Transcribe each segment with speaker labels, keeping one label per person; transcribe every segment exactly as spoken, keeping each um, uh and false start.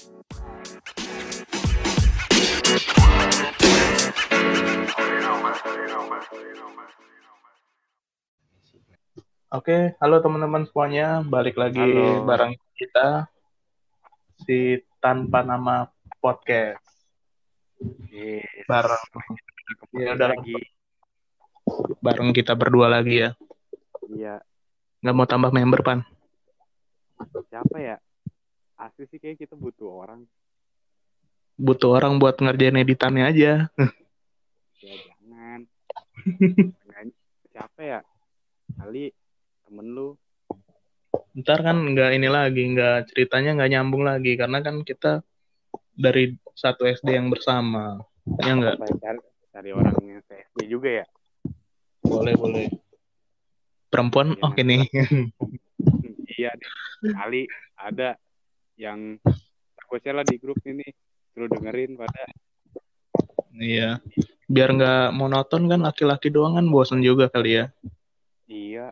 Speaker 1: Oke, halo teman-teman semuanya, balik lagi
Speaker 2: Halo.
Speaker 1: bareng kita si Tanpa Nama Podcast.
Speaker 2: Yes.
Speaker 1: Bareng,
Speaker 2: Udah
Speaker 1: ya
Speaker 2: kembali
Speaker 1: udah
Speaker 2: lagi.
Speaker 1: bareng kita berdua lagi ya.
Speaker 2: Iya.
Speaker 1: Nggak mau tambah member, Pan?
Speaker 2: Siapa ya? Asli sih kayak kita butuh orang.
Speaker 1: Butuh orang buat ngerjain editannya aja.
Speaker 2: Ya jangan. Jangan. Siapa ya? Kali temen lu.
Speaker 1: Ntar kan nggak ini lagi, nggak ceritanya nggak nyambung lagi, karena kan kita dari satu S D yang bersama. Ya nggak?
Speaker 2: Apa ya? Cari, cari orang yang P S D juga ya?
Speaker 1: Boleh, boleh. Perempuan,
Speaker 2: Biar
Speaker 1: oke
Speaker 2: nanti
Speaker 1: nih.
Speaker 2: lah. Iya deh. Kali ada yang takutnya lah di grup ini. Lu dengerin pada.
Speaker 1: Iya. Biar nggak monoton kan, laki-laki doang kan bosen juga kali ya.
Speaker 2: Iya.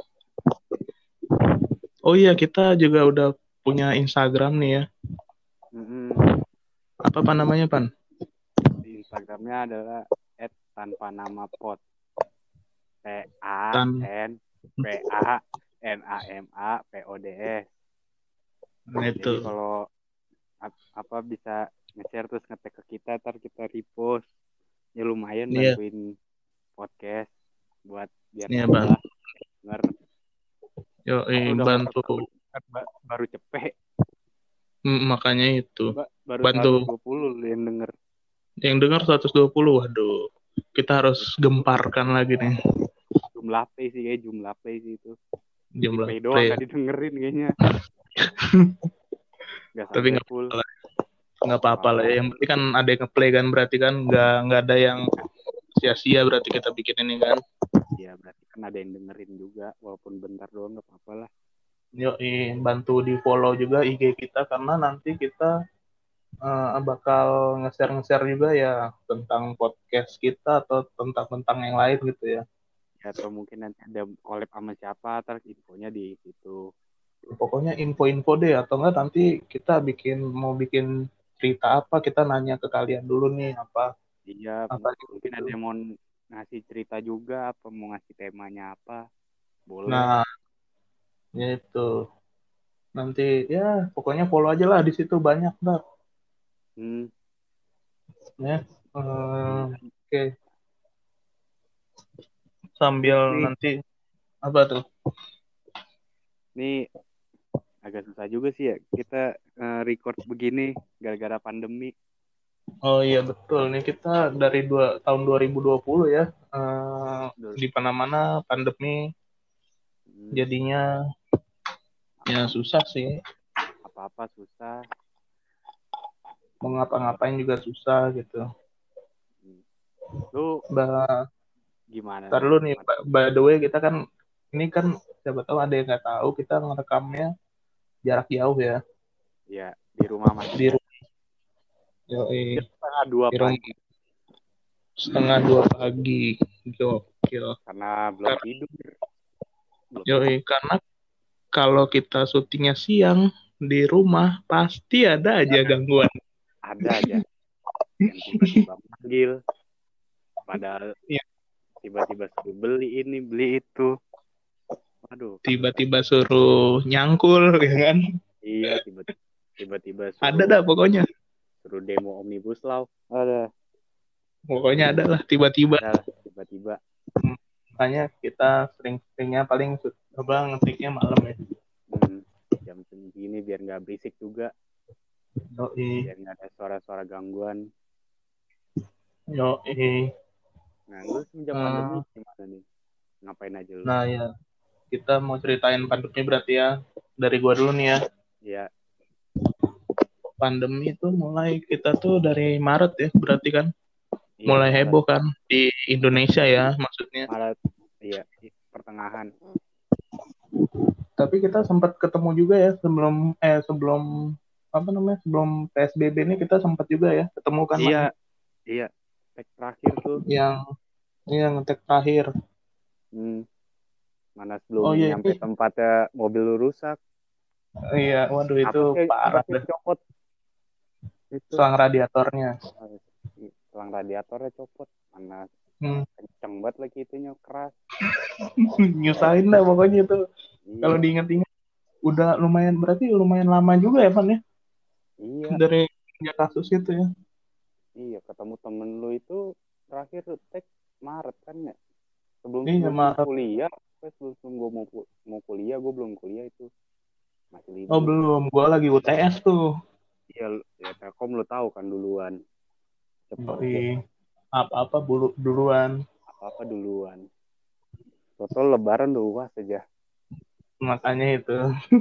Speaker 1: Oh iya, kita juga udah punya Instagram nih ya.
Speaker 2: Mm-mm.
Speaker 1: Apa apa namanya, Pan?
Speaker 2: Di Instagramnya adalah at tanpa nama pot. P A
Speaker 1: Tan
Speaker 2: N P A N A M A P O D S.
Speaker 1: nah
Speaker 2: Jadi
Speaker 1: itu.
Speaker 2: kalau ap- apa bisa nge-share terus nge-tag ke kita, ntar kita repost. Ya lumayan
Speaker 1: Iya,
Speaker 2: bantuin podcast buat biar
Speaker 1: iya, Bang.
Speaker 2: nambah denger.
Speaker 1: Yo,
Speaker 2: Kita
Speaker 1: eh,
Speaker 2: udah mau
Speaker 1: bantu.
Speaker 2: sepuluh kan, ba- baru cepet.
Speaker 1: Mm, makanya itu.
Speaker 2: Ba- baru
Speaker 1: Bantu
Speaker 2: seratus dua puluh yang denger.
Speaker 1: yang dengar seratus dua puluh. Waduh. Kita harus
Speaker 2: Itu
Speaker 1: gemparkan lagi nih
Speaker 2: jumlah play sih kayak jumlah play sih itu. Di
Speaker 1: jumlah
Speaker 2: play doang
Speaker 1: play.
Speaker 2: gak didengerin kayaknya. Gak
Speaker 1: Tapi
Speaker 2: sampai
Speaker 1: nggak
Speaker 2: full.
Speaker 1: apa-apa lah. Nggak
Speaker 2: Gak
Speaker 1: apa-apa lah.
Speaker 2: apa-apa.
Speaker 1: Yang penting kan ada yang ngeplay kan, berarti kan nggak nggak ada yang sia-sia berarti kita bikin ini kan.
Speaker 2: Ya berarti kan ada yang dengerin juga. Walaupun bentar doang gak apa-apa lah.
Speaker 1: Yo, eh, bantu di follow juga I G kita karena nanti kita eh, bakal nge-share nge-share juga ya tentang podcast kita atau tentang tentang yang lain gitu ya.
Speaker 2: Ya, atau mungkin nanti ada collab sama siapa, terus infonya di situ.
Speaker 1: Pokoknya info-info deh atau enggak nanti kita bikin mau bikin cerita apa kita nanya ke kalian dulu nih apa
Speaker 2: Iya,
Speaker 1: apa
Speaker 2: mungkin
Speaker 1: gitu.
Speaker 2: ada yang mau ngasih cerita juga, apa mau ngasih temanya apa, boleh.
Speaker 1: Nah, ya itu nanti ya pokoknya follow aja lah di situ banyak dah
Speaker 2: Hmm,
Speaker 1: ya.
Speaker 2: iya.
Speaker 1: Hmm, oke, sambil
Speaker 2: Nih,
Speaker 1: nanti apa tuh?
Speaker 2: nih agak susah juga sih ya kita eh, record begini gara-gara pandemi.
Speaker 1: Oh iya betul nih kita dari dua tahun dua ribu dua puluh ya eh,
Speaker 2: Duh,
Speaker 1: di mana-mana pandemi
Speaker 2: hmm,
Speaker 1: jadinya ya susah sih
Speaker 2: apa-apa susah.
Speaker 1: mau ngapa-ngapain juga susah gitu.
Speaker 2: Hmm. Lu
Speaker 1: Bah,
Speaker 2: gimana
Speaker 1: Ntar
Speaker 2: nih?
Speaker 1: lu nih, by by the way kita kan ini kan siapa tahu ada yang nggak tahu kita ngerekamnya jarak jauh ya
Speaker 2: Ya, di rumah
Speaker 1: di
Speaker 2: masing-masing.
Speaker 1: rumah, yoi,
Speaker 2: Jam setengah dua
Speaker 1: di rumah
Speaker 2: pagi
Speaker 1: setengah dua pagi, gokil.
Speaker 2: karena belum
Speaker 1: Karena
Speaker 2: tidur. Belum
Speaker 1: yoi,
Speaker 2: tidur.
Speaker 1: karena kalau kita syutingnya siang di rumah pasti ada aja gangguan.
Speaker 2: Ada aja yang tiba-tiba manggil, padahal
Speaker 1: Ya,
Speaker 2: tiba-tiba suruh beli ini beli itu. Aduh,
Speaker 1: tiba-tiba suruh nyangkul ya kan,
Speaker 2: iya tiba-tiba tiba-tiba
Speaker 1: ada
Speaker 2: suruh
Speaker 1: dah pokoknya,
Speaker 2: suruh demo omnibus law. Ada,
Speaker 1: pokoknya ada lah tiba-tiba.
Speaker 2: ada lah tiba-tiba.
Speaker 1: Hmm, makanya kita sering-seringnya paling apa ngetiknya malam ya.
Speaker 2: Hmm, jam segini biar nggak berisik juga,
Speaker 1: Yoi.
Speaker 2: biar nggak ada suara-suara gangguan.
Speaker 1: Yo, eh,
Speaker 2: Nah, lu semenjak pandemi
Speaker 1: eh,
Speaker 2: gimana nih? Ngapain aja lu?
Speaker 1: nah ya, kita mau ceritain pandemi berarti ya. Dari gua dulu nih ya.
Speaker 2: Ya,
Speaker 1: Pandemi itu mulai kita tuh dari Maret ya, berarti kan.
Speaker 2: iya
Speaker 1: Mulai
Speaker 2: Maret,
Speaker 1: heboh kan di Indonesia ya, maksudnya.
Speaker 2: Maret, iya pertengahan.
Speaker 1: Tapi kita sempat ketemu juga ya sebelum eh sebelum apa namanya? Sebelum P S B B ini kita sempat juga ya ketemu kan
Speaker 2: Iya,
Speaker 1: main
Speaker 2: iya. Tag terakhir tuh,
Speaker 1: yang yang ngetek terakhir.
Speaker 2: hmm, mana sebelum
Speaker 1: Oh iya
Speaker 2: nyampe
Speaker 1: ini,
Speaker 2: tempatnya mobil lu rusak.
Speaker 1: iya, waduh itu
Speaker 2: Apa sih, apa
Speaker 1: parah
Speaker 2: sih
Speaker 1: dah.
Speaker 2: yang copot? Itu
Speaker 1: selang radiatornya.
Speaker 2: selang radiatornya copot, mana
Speaker 1: Hmm.
Speaker 2: kenceng banget lagi itunya, keras.
Speaker 1: Nyusahin lah pokoknya itu. Kalau
Speaker 2: Iya,
Speaker 1: diingat-ingat udah lumayan, berarti lumayan lama juga ya Van ya
Speaker 2: iya,
Speaker 1: dari ya, kasus itu ya.
Speaker 2: iya. Ketemu temen lu itu terakhir tek Maret kan ya? Sebelum
Speaker 1: Iya
Speaker 2: sebelum
Speaker 1: Maret.
Speaker 2: kuliah, pas sebelum sebelum gue mau mau kuliah, gue belum kuliah itu, masih
Speaker 1: Oh
Speaker 2: libur.
Speaker 1: belum, gua lagi U T S tuh.
Speaker 2: Iya, ya Telkom lu tahu kan duluan, cepet deh,
Speaker 1: Yoi. Apa-apa bulu duluan.
Speaker 2: apa apa duluan. Total Lebaran udah uas aja.
Speaker 1: Makanya itu.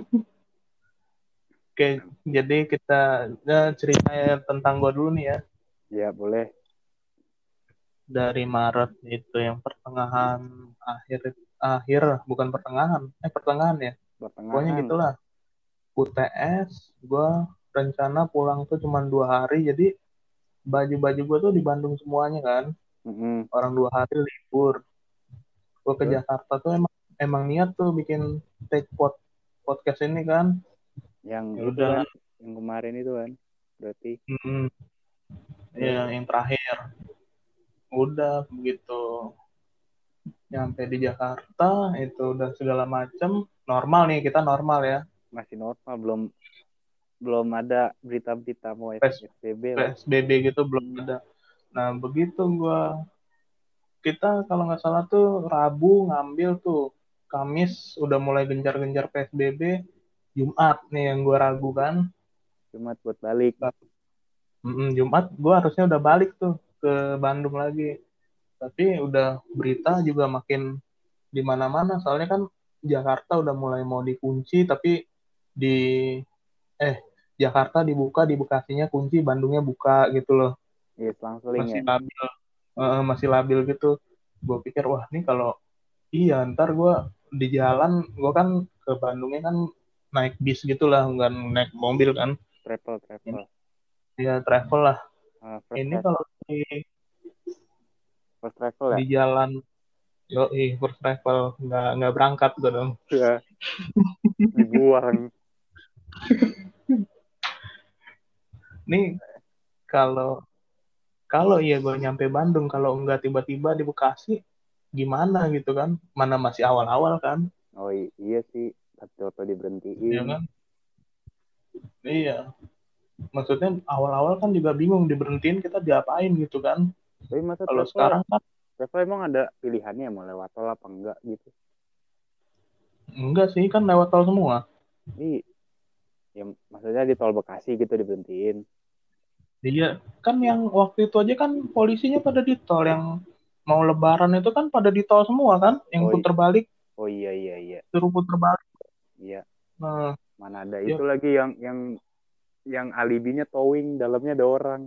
Speaker 1: Oke, jadi kita ya, ceritanya tentang gua dulu nih ya.
Speaker 2: Ya boleh,
Speaker 1: Dari Maret itu yang pertengahan akhir akhir bukan pertengahan, eh pertengahan ya. Pokoknya
Speaker 2: pertengahan.
Speaker 1: gitulah. U T S, gua rencana pulang tuh cuma dua hari, jadi baju-baju gua tuh di Bandung semuanya kan.
Speaker 2: Mm-mm.
Speaker 1: Orang dua hari libur. Gua ke
Speaker 2: Terus
Speaker 1: Jakarta tuh emang emang niat tuh bikin take pod, podcast ini kan.
Speaker 2: yang
Speaker 1: Ya
Speaker 2: itu kan,
Speaker 1: udah,
Speaker 2: yang kemarin itu kan, berarti.
Speaker 1: mm,
Speaker 2: Terus
Speaker 1: ya yang terakhir. Udah begitu nyampe di Jakarta itu udah segala macem normal nih, kita normal ya.
Speaker 2: masih normal, belum belum ada berita-berita mau
Speaker 1: PS,
Speaker 2: S B B lah.
Speaker 1: P S B B gitu belum ada. Nah begitu gua kita kalau nggak salah tuh Rabu ngambil tuh, Kamis udah mulai gencar-gencar P S B B, Jumat nih yang gua ragu kan.
Speaker 2: Cuma buat balik.
Speaker 1: Mm, Jumat gua harusnya udah balik tuh ke Bandung lagi, tapi udah berita juga makin di mana-mana soalnya kan Jakarta udah mulai mau dikunci, tapi di eh Jakarta dibuka, di Bekasinya kunci, Bandungnya buka gitu loh.
Speaker 2: Iya, selang-seling
Speaker 1: Masih
Speaker 2: ya.
Speaker 1: labil, eh, masih labil gitu. Gue pikir wah nih kalau iya ntar gue di jalan, gue kan ke Bandungnya kan naik bis gitu lah, nggak naik mobil kan.
Speaker 2: Travel
Speaker 1: Ini
Speaker 2: travel.
Speaker 1: ya travel lah.
Speaker 2: Ah, first
Speaker 1: Ini
Speaker 2: travel,
Speaker 1: kalau di,
Speaker 2: first travel ya.
Speaker 1: di jalan, yo first travel nggak nggak berangkat gue dong.
Speaker 2: Ya, dibuang.
Speaker 1: Nih kalau kalau iya gue nyampe Bandung, kalau nggak tiba-tiba di Bekasi gimana gitu kan, mana masih awal-awal kan.
Speaker 2: Oh iya sih, tapi auto
Speaker 1: Ya
Speaker 2: diberhentiin.
Speaker 1: kan, iya, maksudnya awal-awal kan juga bingung diberhentiin kita diapain gitu kan.
Speaker 2: Tapi masa
Speaker 1: Kalau
Speaker 2: travel,
Speaker 1: sekarang kan
Speaker 2: travel emang ada pilihannya mau lewat tol apa enggak gitu?
Speaker 1: enggak sih, kan lewat tol semua.
Speaker 2: Ini ya maksudnya di tol Bekasi gitu diberhentiin.
Speaker 1: Iya, kan yang waktu itu aja kan polisinya pada di tol, yang mau lebaran itu kan pada di tol semua kan, yang
Speaker 2: Oh, i-
Speaker 1: puter balik,
Speaker 2: oh iya iya iya.
Speaker 1: suruh puter balik.
Speaker 2: Iya,
Speaker 1: Nah,
Speaker 2: mana ada
Speaker 1: ya
Speaker 2: itu lagi yang yang yang alibinya towing, dalamnya ada orang.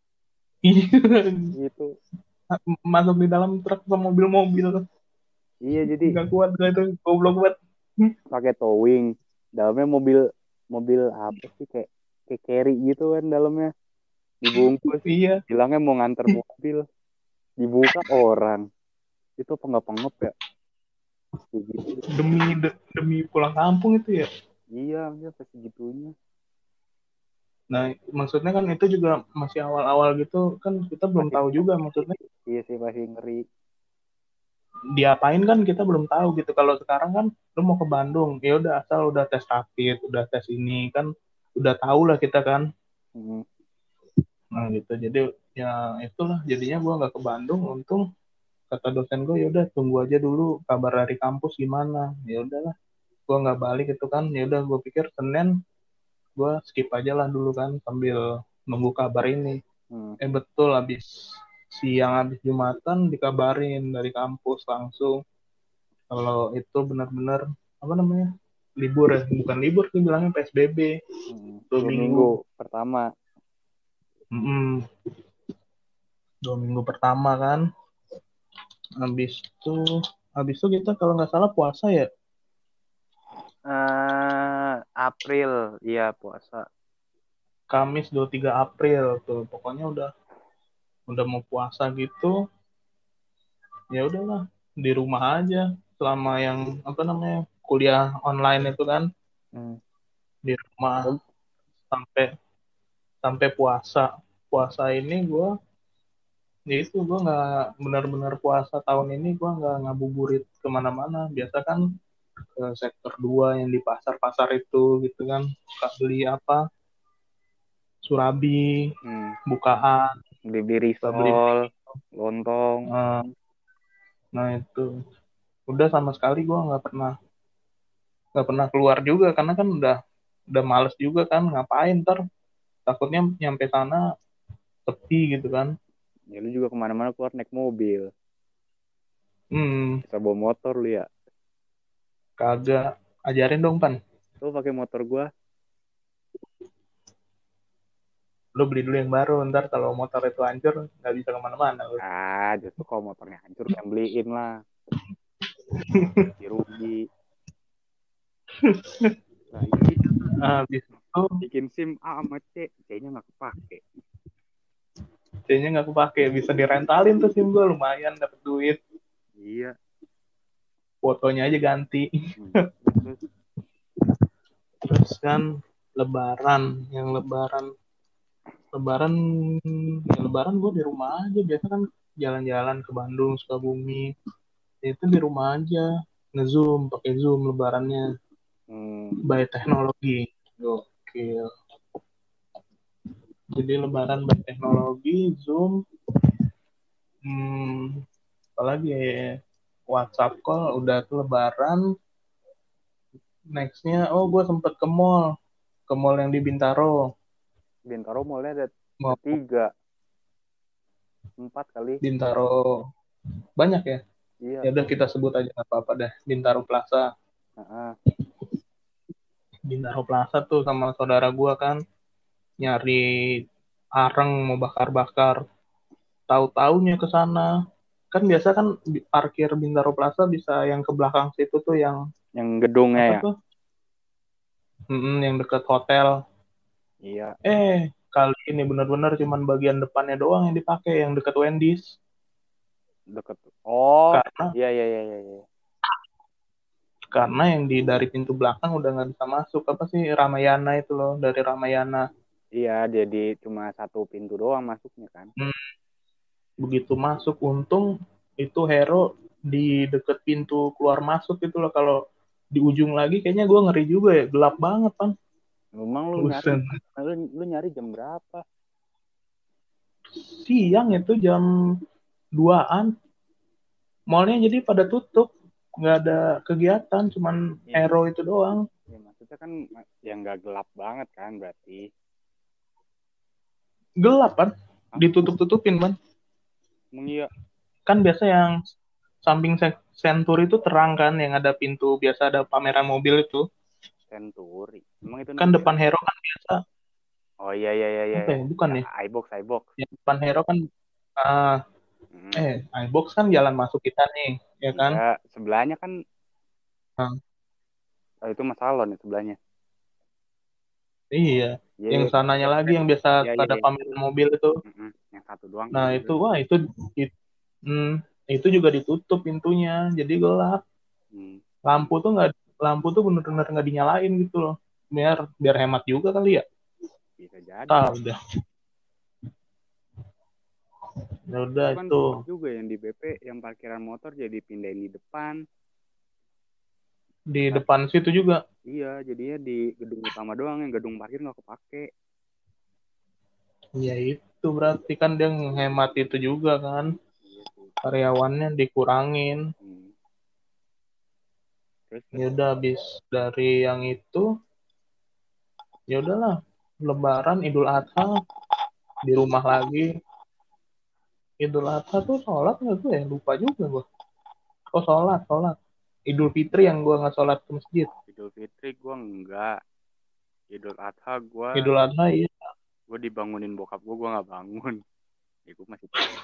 Speaker 2: Gitu.
Speaker 1: masuk di dalam truk sama mobil-mobil,
Speaker 2: Iya, jadi
Speaker 1: nggak kuat gak itu, goblok banget.
Speaker 2: pakai towing, dalamnya mobil mobil apa sih, kayak kayak carry gitu kan dalamnya, dibungkus,
Speaker 1: Iya,
Speaker 2: bilangnya mau nganter mobil, dibuka orang. Itu apa nggak pengep ya? Kayak gitu.
Speaker 1: demi de- demi pulang kampung itu ya.
Speaker 2: Iya, dia pasti gitunya.
Speaker 1: Nah, maksudnya kan itu juga masih awal-awal gitu kan, kita belum
Speaker 2: Masih
Speaker 1: tahu juga maksudnya
Speaker 2: iya sih, masih ngeri.
Speaker 1: diapain kan, kita belum tahu gitu. Kalau sekarang kan lu mau ke Bandung, ya udah asal udah tes rapid, udah tes ini kan udah tahu lah kita kan.
Speaker 2: Hmm.
Speaker 1: Nah gitu. Jadi ya itulah jadinya gua nggak ke Bandung. Untung kata dosen gue ya udah tunggu aja dulu kabar dari kampus gimana. Ya udahlah, gua nggak balik itu kan. Ya udah gue pikir Senin gua skip aja lah dulu kan sambil nunggu kabar ini.
Speaker 2: Hmm.
Speaker 1: Eh betul, habis siang habis Jumatan dikabarin dari kampus langsung kalau itu benar-benar apa namanya, libur ya, bukan libur sih bilangnya P S B B
Speaker 2: Hmm.
Speaker 1: dua
Speaker 2: Dua
Speaker 1: minggu.
Speaker 2: minggu pertama.
Speaker 1: Mm-mm. Dua minggu pertama kan, habis itu habis itu kita kalau nggak salah puasa ya.
Speaker 2: eh April, iya puasa.
Speaker 1: Kamis dua puluh tiga April tuh pokoknya udah udah mau puasa gitu. Ya udahlah, di rumah aja selama yang apa namanya kuliah online itu kan,
Speaker 2: Hmm.
Speaker 1: di rumah
Speaker 2: Padahal,
Speaker 1: sampai sampai puasa. Puasa ini gue, ya itu gue nggak benar-benar puasa tahun ini gue nggak ngabuburit kemana-mana. Biasa kan ke sektor dua yang di pasar-pasar itu gitu kan, suka beli apa, surabi,
Speaker 2: Hmm.
Speaker 1: bukaan,
Speaker 2: Beli
Speaker 1: suka beli
Speaker 2: risol, lontong.
Speaker 1: eh, nah itu udah sama sekali gue nggak pernah nggak pernah keluar juga karena kan udah udah males juga kan, ngapain ntar takutnya nyampe sana sepi gitu kan.
Speaker 2: Ya lu juga kemana-mana keluar naik mobil.
Speaker 1: Hmm,
Speaker 2: Bisa bawa motor lu ya.
Speaker 1: kagak, ajarin dong Pan,
Speaker 2: Lu pakai motor gua.
Speaker 1: lu beli dulu yang baru, ntar kalau motor itu hancur nggak bisa kemana-mana lu.
Speaker 2: Ah, justru kalau motornya hancur yang beliin lah. Ganti rugi. Nah, ini
Speaker 1: Habis itu
Speaker 2: bikin SIM A sama C, C-nya nggak kepake.
Speaker 1: C-nya nggak kepake, bisa direntalin tuh SIM gue, lumayan dapet duit,
Speaker 2: Iya.
Speaker 1: fotonya aja ganti.
Speaker 2: Hmm. Terus,
Speaker 1: Terus kan lebaran, yang lebaran lebaran ya lebaran gue di rumah aja, biasa kan jalan-jalan ke Bandung, Sukabumi, itu di rumah aja, ngezoom, pakai zoom lebarannya,
Speaker 2: hmm,
Speaker 1: by teknologi. Gokil. Jadi lebaran by teknologi, zoom, hmm, apalagi ya, WhatsApp call, udah tuh lebaran. Nextnya, oh gue sempet ke mall, ke mall yang di Bintaro.
Speaker 2: Bintaro mallnya ada, ada
Speaker 1: Mau
Speaker 2: tiga, empat kali.
Speaker 1: Bintaro banyak ya.
Speaker 2: Iya.
Speaker 1: Ya udah kita sebut aja nggak apa-apa deh. Bintaro Plaza.
Speaker 2: Nah,
Speaker 1: Bintaro Plaza tuh sama saudara gua kan nyari areng mau bakar-bakar. Tahu-taunya ke sana. Kan biasa kan parkir Bintaro Plaza bisa yang ke belakang situ tuh yang
Speaker 2: yang gedungnya
Speaker 1: apa
Speaker 2: ya.
Speaker 1: tuh? Mm-mm, yang dekat hotel.
Speaker 2: Iya.
Speaker 1: Eh, kali ini benar-benar cuman bagian depannya doang yang dipakai, yang dekat Wendy's.
Speaker 2: Deket. Oh,
Speaker 1: Karena
Speaker 2: iya iya iya iya. Iya.
Speaker 1: karena yang di dari pintu belakang udah nggak bisa masuk, apa sih, Ramayana itu loh, dari Ramayana.
Speaker 2: Iya, jadi cuma satu pintu doang masuknya kan.
Speaker 1: Hmm, begitu masuk untung itu hero di deket pintu keluar masuk itu loh, kalau di ujung lagi kayaknya gue ngeri juga ya, gelap banget kan.
Speaker 2: Memang lu nyari,
Speaker 1: Buset.
Speaker 2: lu, lu nyari jam berapa?
Speaker 1: Siang itu jam duaan, mallnya jadi pada tutup, nggak ada kegiatan, cuman
Speaker 2: Iya,
Speaker 1: hero itu doang.
Speaker 2: ya, maksudnya kan ya nggak gelap banget kan berarti.
Speaker 1: Gelap kan,
Speaker 2: Hah?
Speaker 1: ditutup-tutupin kan.
Speaker 2: Emang iya,
Speaker 1: Kan biasa yang samping Sentur itu terang kan, yang ada pintu biasa ada pameran mobil itu.
Speaker 2: Century. Emang itu
Speaker 1: Kan
Speaker 2: namanya
Speaker 1: depan
Speaker 2: apa?
Speaker 1: hero kan biasa,
Speaker 2: Oh iya iya iya iya.
Speaker 1: apa ya, bukan
Speaker 2: Ya,
Speaker 1: ya,
Speaker 2: iBox iBox.
Speaker 1: yang depan hero kan, ah,
Speaker 2: Hmm,
Speaker 1: eh iBox kan jalan masuk kita nih, ya kan.
Speaker 2: iya, sebelahnya kan
Speaker 1: Nah,
Speaker 2: oh, itu Mas Salon ya sebelahnya.
Speaker 1: iya,
Speaker 2: Iya
Speaker 1: yang
Speaker 2: iya
Speaker 1: sananya
Speaker 2: iya
Speaker 1: lagi yang biasa
Speaker 2: iya iya.
Speaker 1: ada
Speaker 2: Iya.
Speaker 1: pameran mobil itu.
Speaker 2: Mm-mm. Yang satu doang
Speaker 1: Nah
Speaker 2: itu
Speaker 1: itu,
Speaker 2: juga.
Speaker 1: wah itu, it- hmm, itu juga ditutup pintunya, jadi gelap.
Speaker 2: Hmm,
Speaker 1: Lampu tuh nggak, lampu tuh bener-bener nggak dinyalain gitu loh, biar biar hemat juga kali ya.
Speaker 2: bisa jadi.
Speaker 1: Tahu udah, ya udah
Speaker 2: Itu kan
Speaker 1: itu
Speaker 2: sempet juga yang di B P yang parkiran motor jadi pindahin di depan.
Speaker 1: di
Speaker 2: Nah,
Speaker 1: depan situ juga.
Speaker 2: iya, jadinya di gedung utama doang, yang gedung parkir nggak kepake.
Speaker 1: Ya itu berarti kan dia hemat itu juga kan,
Speaker 2: Iya sih.
Speaker 1: karyawannya dikurangin.
Speaker 2: Hmm. Terus terus
Speaker 1: Ya udah habis dari yang itu, ya udahlah, Lebaran, Idul Adha di rumah lagi. Idul Adha tuh sholat nggak gue ya, lupa juga gue. Oh sholat, sholat. Idul Fitri yang gue nggak sholat ke masjid.
Speaker 2: Idul Fitri gue enggak. Idul Adha gue
Speaker 1: Idul Adha iya.
Speaker 2: gue dibangunin bokap gue gue nggak bangun. Ya gue masih tidur.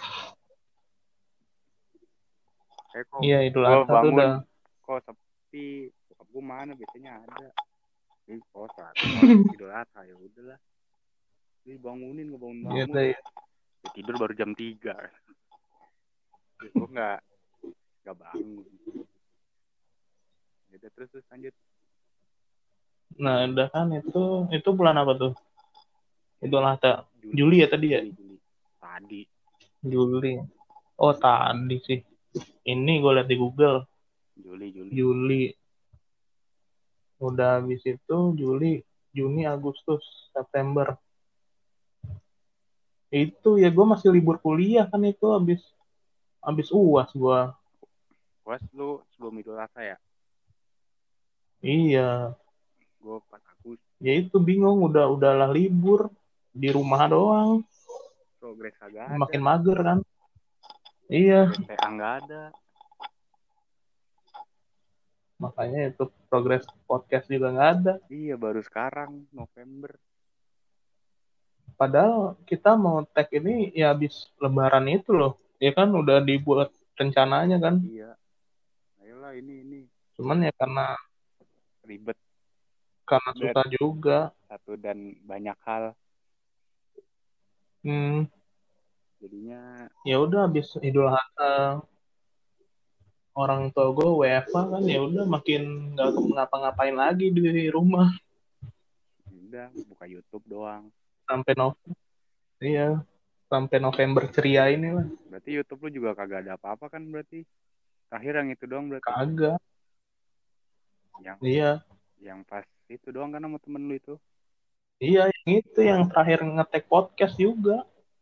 Speaker 2: Eh kok
Speaker 1: Iya Idul
Speaker 2: gue
Speaker 1: Adha tuh
Speaker 2: bangun
Speaker 1: udah.
Speaker 2: kok sepi. Bokap gue mana biasanya ada. Ini kok sholat, sholat Idul Adha ya udahlah. Ini bangunin ngebangun
Speaker 1: Ya
Speaker 2: bangun.
Speaker 1: udah ya.
Speaker 2: Ya, tidur baru jam tiga. Ya, gue nggak nggak bangun. Ya, udah, terus terus lanjut.
Speaker 1: Nah udah kan itu, itu bulan apa tuh? Idul Adha.
Speaker 2: Juli
Speaker 1: Juli ya tadi ya?
Speaker 2: Juli Juli tadi.
Speaker 1: Juli. Oh tadi sih. Ini gue liat di Google.
Speaker 2: Juli Juli
Speaker 1: Juli. Udah habis itu Juli, Juni, Agustus, September. Itu ya gue masih libur kuliah kan itu habis habis U A S gue.
Speaker 2: Puas lu sebelum Idul Adha ya.
Speaker 1: Iya.
Speaker 2: Gue pas Agus
Speaker 1: Ya itu bingung udah udahlah libur di rumah doang.
Speaker 2: progres kagak ada.
Speaker 1: Makin mager kan. Iya.
Speaker 2: P T A nggak ada.
Speaker 1: Makanya itu progres podcast juga nggak ada.
Speaker 2: Iya baru sekarang November.
Speaker 1: Padahal kita mau tag ini ya habis lebaran itu loh. Ya kan udah dibuat rencananya kan.
Speaker 2: Iya. Ayolah ini ini
Speaker 1: Cuman ya karena
Speaker 2: ribet
Speaker 1: karena
Speaker 2: dan
Speaker 1: susah juga.
Speaker 2: satu dan banyak hal.
Speaker 1: Hmm,
Speaker 2: Jadinya
Speaker 1: ya udah habis Idul Adha orang tua gue W F H kan ya udah makin nggak ngapa-ngapain lagi di rumah
Speaker 2: udah buka YouTube doang.
Speaker 1: sampai November. Iya, sampai November ceria ini lah.
Speaker 2: Berarti YouTube lu juga kagak ada apa-apa kan berarti? Terakhir yang itu doang berarti.
Speaker 1: Kagak.
Speaker 2: Yang
Speaker 1: Iya.
Speaker 2: yang pas itu doang kan sama temen lu itu.
Speaker 1: Iya, yang itu yang terakhir ngetek podcast juga.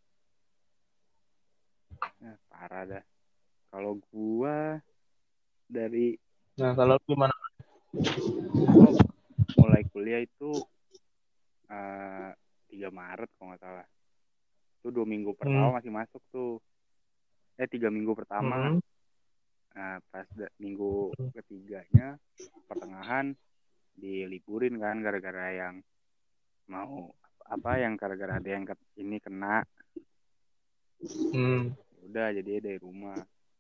Speaker 2: Nah, parah dah. Kalau gua dari
Speaker 1: Nah, kalau lu gimana?
Speaker 2: gua mulai kuliah itu uh, tiga Maret kalau nggak salah. Itu dua minggu
Speaker 1: Hmm.
Speaker 2: pertama masih masuk tuh. Eh tiga minggu pertama.
Speaker 1: Hmm.
Speaker 2: Nah, pas da- minggu ketiganya pertengahan diliburin kan gara-gara yang mau apa yang gara-gara ada yang ke- ini kena.
Speaker 1: Hmm.
Speaker 2: Udah jadi dari rumah.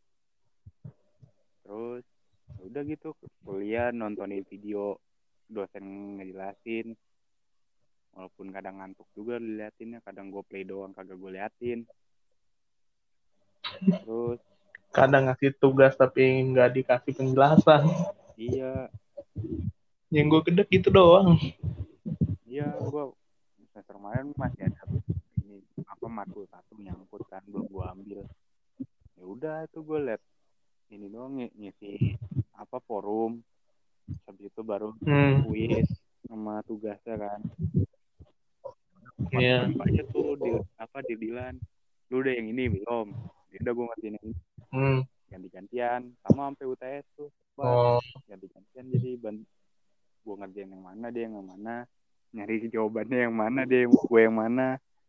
Speaker 2: Terus ya udah gitu kuliah nontonin video dosen ngejelasin. Walaupun kadang ngantuk juga diliatinnya, kadang gue play doang kagak gue liatin. Terus
Speaker 1: Kadang ngasih tugas tapi nggak dikasih penjelasan.
Speaker 2: iya,
Speaker 1: Yang gue gede gitu doang.
Speaker 2: iya gue semester kemarin masih ada ini apa matkul satu nyangkut kan belum gue ambil. Ya udah itu gue liat ini doang ng- ngisi apa forum. Habis itu baru
Speaker 1: Hmm.
Speaker 2: kuis sama tugasnya kan. Pas
Speaker 1: Iya.
Speaker 2: gue baca tuh di apa di Dilan, lu udah yang ini belum? Ya udah gue ngertiin yang ini
Speaker 1: Hmm.
Speaker 2: ganti-gantian sama sampai U T S tuh buat
Speaker 1: Oh.
Speaker 2: ganti-gantian jadi ban gue ngerjain yang mana dia yang mana nyari jawabannya yang mana dia yang gue yang mana.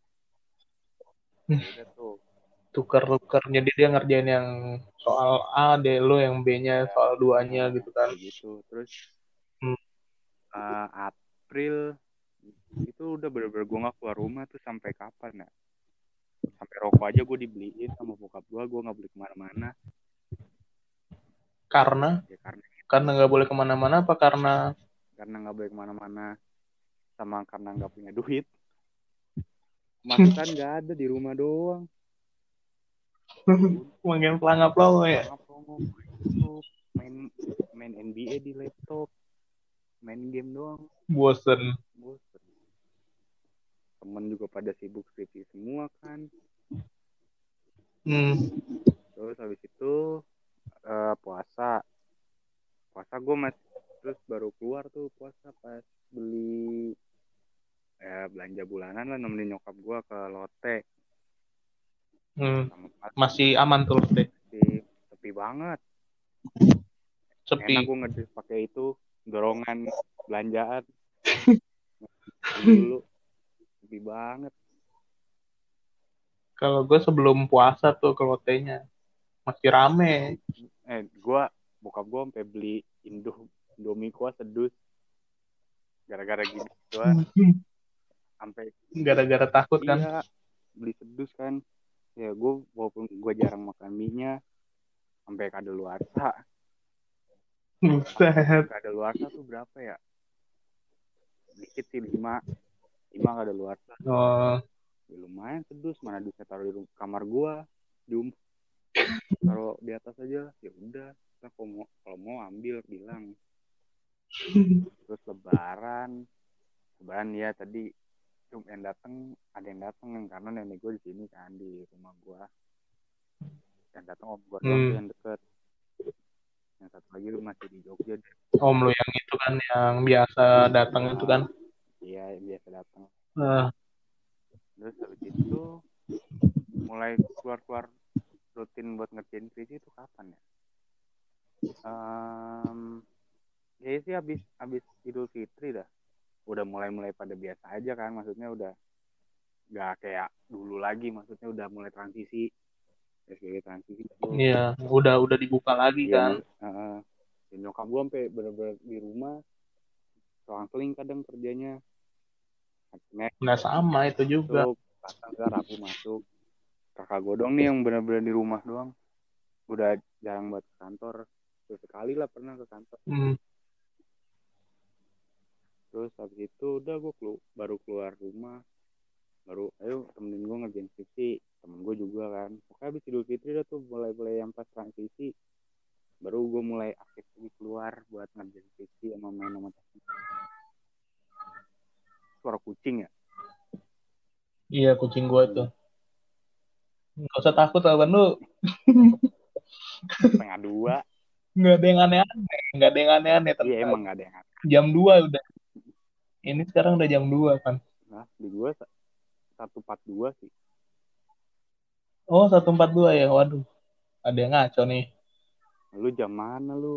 Speaker 2: Ya udah tuh
Speaker 1: Tuker-tuker. Jadi dia ngerjain yang soal A, deh lo yang B-nya
Speaker 2: ya
Speaker 1: soal duanya
Speaker 2: nah,
Speaker 1: gitu kan.
Speaker 2: kayak gitu terus
Speaker 1: Hmm.
Speaker 2: uh, April itu udah bener-bener gue nggak keluar rumah tuh sampai kapan ya, sampai rokok aja gue dibeliin sama bokap gue gue nggak beli kemana-mana.
Speaker 1: Karena
Speaker 2: Ya karena
Speaker 1: karena nggak boleh kemana-mana apa karena
Speaker 2: karena nggak boleh kemana-mana sama karena nggak punya duit. Masukan nggak ada di rumah doang.
Speaker 1: makin pelangap lo ya.
Speaker 2: Ngap ngomong itu main main N B A di laptop, main game doang.
Speaker 1: Bosen.
Speaker 2: Bosen. Temen juga pada sibuk skripsi semua kan.
Speaker 1: Hmm.
Speaker 2: Terus habis itu uh, puasa. Puasa gue masih terus baru keluar tuh puasa pas beli ya belanja bulanan lah nemenin nyokap gue ke Lotte.
Speaker 1: Hmm.
Speaker 2: Sama pas
Speaker 1: Masih aman tuh deh.
Speaker 2: masih sepi banget.
Speaker 1: Sepi.
Speaker 2: Enak gue ngedrift pakai itu dorongan belanjaan. Dulu sepi banget.
Speaker 1: Kalau gue sebelum puasa tuh ke lotenya masih rame.
Speaker 2: Eh gue bokap gue sampai beli Indo Indomie kuah sedus gara-gara gini gue sampai
Speaker 1: Gara-gara takut kan.
Speaker 2: iya beli sedus kan ya gue walaupun gue jarang makan mie nya sampai kadaluarsa.
Speaker 1: Buset.
Speaker 2: Kadaluarsa tuh berapa ya dikit sih lima lima kadaluarsa.
Speaker 1: Oh.
Speaker 2: Ya, lumayan sedus mana bisa taruh di kamar gue di taruh di atas aja ya udah kalau mau kalau mau ambil bilang. Terus lebaran lebaran ya tadi cuma yang datang ada yang datang karena nenek gue di sini kan di rumah gue. Yang datang om gue doang tuh
Speaker 1: Hmm.
Speaker 2: yang deket. Yang satu lagi masih di Jogja deh.
Speaker 1: Om lu yang itu kan yang biasa datang itu kan.
Speaker 2: Iya biasa datang.
Speaker 1: Nah,
Speaker 2: Terus habis itu mulai keluar-keluar rutin buat ngerjain skripsi itu kapan ya? Um, ya sih habis habis Idul Fitri dah. Udah mulai-mulai pada biasa aja kan, maksudnya udah nggak kayak dulu lagi, maksudnya udah mulai transisi S B B transisi itu.
Speaker 1: iya, udah udah dibuka lagi
Speaker 2: Iya,
Speaker 1: kan.
Speaker 2: mas, uh, nyokap gue sampai bener-bener di rumah selang-seling kadang kerjanya. Senin
Speaker 1: Nggak sama itu juga.
Speaker 2: masuk, Selasa enggak, Rabu masuk. Kakak gue doang nih yang bener-bener di rumah doang. Udah jarang buat ke kantor. Terus sekali lah pernah ke kantor.
Speaker 1: Hmm.
Speaker 2: Terus habis itu udah gue kelu baru keluar rumah. Baru ayo temenin gue ngerjain skripsi. Temen gue juga kan. Pokoknya habis Idul Fitri udah tuh mulai-mulai yang pas transisi. Baru gue mulai aktif lagi keluar buat ngerjain skripsi sama main sama temen. Suara kucing ya?
Speaker 1: Iya, kucing gua itu. Nggak usah takut lawan lu.
Speaker 2: Setengah dua.
Speaker 1: Nggak ada yang aneh-aneh. Nggak ada yang aneh-aneh.
Speaker 2: Iya
Speaker 1: Tenang.
Speaker 2: emang gak ada yang aneh.
Speaker 1: Jam dua udah. Ini sekarang udah jam dua kan.
Speaker 2: Nah di gue satu empat dua sih.
Speaker 1: Oh, satu empat dua ya. Waduh. Ada yang ngaco nih.
Speaker 2: Lu jam mana lu?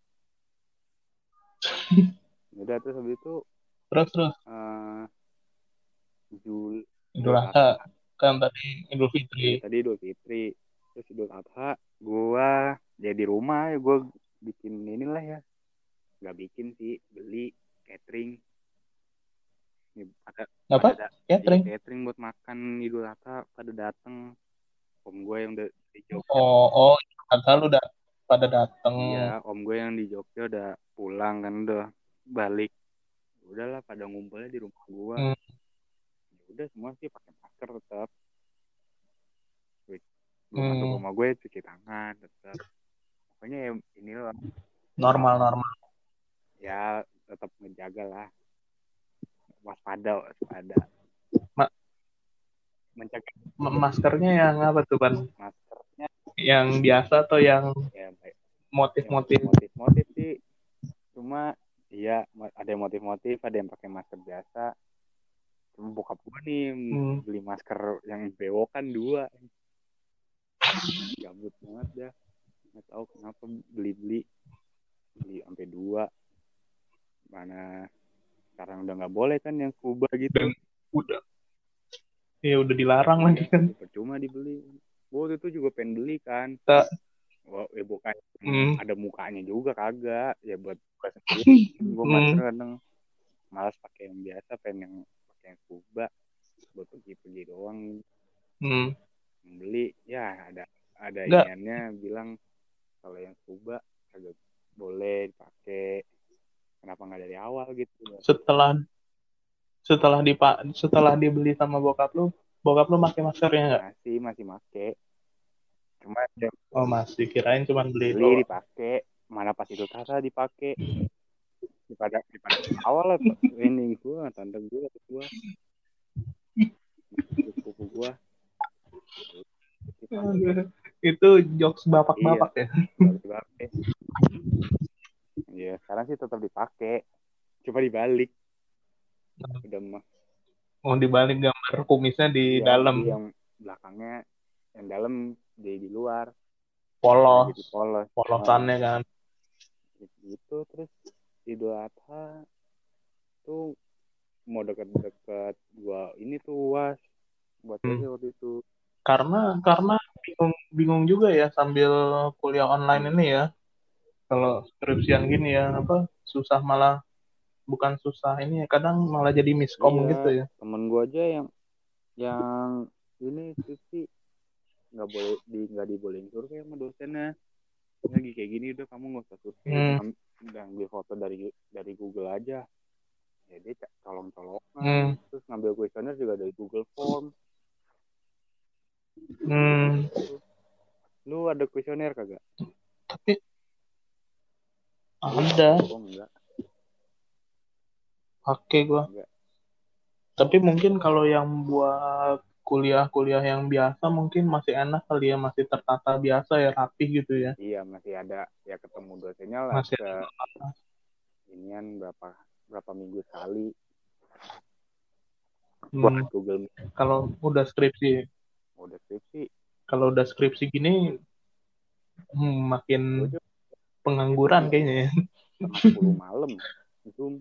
Speaker 2: Udah terus habis itu
Speaker 1: Terus, terus.
Speaker 2: uh, Jul
Speaker 1: Idul
Speaker 2: Idul
Speaker 1: Adha.
Speaker 2: Adha.
Speaker 1: Kan tadi Idul Fitri.
Speaker 2: Iya tadi Idul Fitri. Terus Idul Adha gua ya di rumah ya gua bikin inilah ya. Gak bikin sih, beli catering. Ini ada
Speaker 1: Apa?
Speaker 2: pada da, iya
Speaker 1: Catering.
Speaker 2: catering buat makan Idul Adha pada dateng. Om gue yang udah di Jogja.
Speaker 1: Oh, oh. Kata lu udah pada dateng.
Speaker 2: Iya, om gue yang di Jogja udah pulang kan udah balik. Udahlah pada ngumpulnya di rumah gua.
Speaker 1: Hmm.
Speaker 2: Ya udah semua sih pakai masker tetap. Gue masuk
Speaker 1: Hmm.
Speaker 2: rumah gue cuci tangan tetap. Pokoknya ya inilah
Speaker 1: Normal, normal.
Speaker 2: ya tetap menjaga lah, waspada waspada
Speaker 1: Ma-
Speaker 2: mencegah.
Speaker 1: maskernya yang apa tuh, Ban?
Speaker 2: Maskernya
Speaker 1: Yang biasa atau yang
Speaker 2: ya baik yang
Speaker 1: motif-motif?
Speaker 2: motif-motif sih, cuma iya ada yang motif-motif, ada yang pakai masker biasa. Cuma bokap gue nih
Speaker 1: Hmm.
Speaker 2: beli masker yang bewokan dua, gabut banget dah, nggak tahu kenapa beli-beli beli sampai dua. Mana sekarang udah nggak boleh kan yang scuba gitu.
Speaker 1: Dan udah ya udah dilarang
Speaker 2: Iya,
Speaker 1: lagi kan.
Speaker 2: percuma dibeli. Gue waktu itu juga pengen beli kan.
Speaker 1: Tak.
Speaker 2: Wah, ya bukan
Speaker 1: Hmm.
Speaker 2: ada mukanya juga kagak. Ya buat gue sendiri. Gue masker
Speaker 1: Hmm.
Speaker 2: kadang malas pakai yang biasa, pengen yang pakai yang scuba buat pergi-pergi doang.
Speaker 1: Hmm.
Speaker 2: Beli ya ada ada
Speaker 1: Nggak.
Speaker 2: iniannya bilang kalau yang scuba kagak boleh dipakai. Kenapa nggak dari awal gitu?
Speaker 1: Setelah setelah dipa setelah dibeli sama bokap lu, bokap lu pakai maskernya nggak?
Speaker 2: Masih masih make. Cuma ya,
Speaker 1: Oh, masih, kirain cuma beli
Speaker 2: beli
Speaker 1: doang.
Speaker 2: dipakai, mana pas itu tasa dipakai. Daripada daripada awal lah ini gue tante gue gue sepupu gue
Speaker 1: Itu jokes bapak-bapak
Speaker 2: iya,
Speaker 1: ya.
Speaker 2: dipakai. Iya sekarang sih tetap dipakai, coba dibalik udah mah.
Speaker 1: Mau dibalik gambar kumisnya di
Speaker 2: Iya
Speaker 1: dalam.
Speaker 2: jadi yang belakangnya yang dalam di di luar
Speaker 1: Polos,
Speaker 2: jadi polos
Speaker 1: polosannya kan.
Speaker 2: gitu. Terus Idul Adha tuh mau deket-deket gua ini tuh uas buat
Speaker 1: Hmm.
Speaker 2: aja waktu itu.
Speaker 1: Karena karena bingung bingung juga ya sambil kuliah online ini ya. Kalau skripsian gini ya apa susah, malah bukan susah ini ya, kadang malah jadi miskom
Speaker 2: Iya
Speaker 1: gitu ya.
Speaker 2: temen gua aja yang yang ini skripsi nggak boleh di nggak dibolehin survei sama dosennya. Lagi kayak gini udah kamu nggak usah survei,
Speaker 1: Hmm.
Speaker 2: udah ambil foto dari dari Google aja. Ya dia colong-colongan.
Speaker 1: Hmm.
Speaker 2: Terus ngambil kuesioner juga dari Google Form.
Speaker 1: Hmm.
Speaker 2: Lu ada kuesioner kagak?
Speaker 1: Tapi ada.
Speaker 2: Oh enggak.
Speaker 1: Pakai gua.
Speaker 2: Enggak.
Speaker 1: Tapi mungkin kalau yang buat kuliah-kuliah yang biasa mungkin masih enak kali ya, masih tertata biasa ya, rapi gitu ya.
Speaker 2: Iya masih ada ya ketemu dosennya lah
Speaker 1: Masih
Speaker 2: se inian berapa berapa minggu sekali buat
Speaker 1: hmm,
Speaker 2: Google Meet.
Speaker 1: kalau udah skripsi,
Speaker 2: Udah skripsi
Speaker 1: kalau udah skripsi gini hmm, makin
Speaker 2: gue aja
Speaker 1: pengangguran
Speaker 2: skripsi
Speaker 1: kayaknya ya.
Speaker 2: setengah sepuluh malam zoom.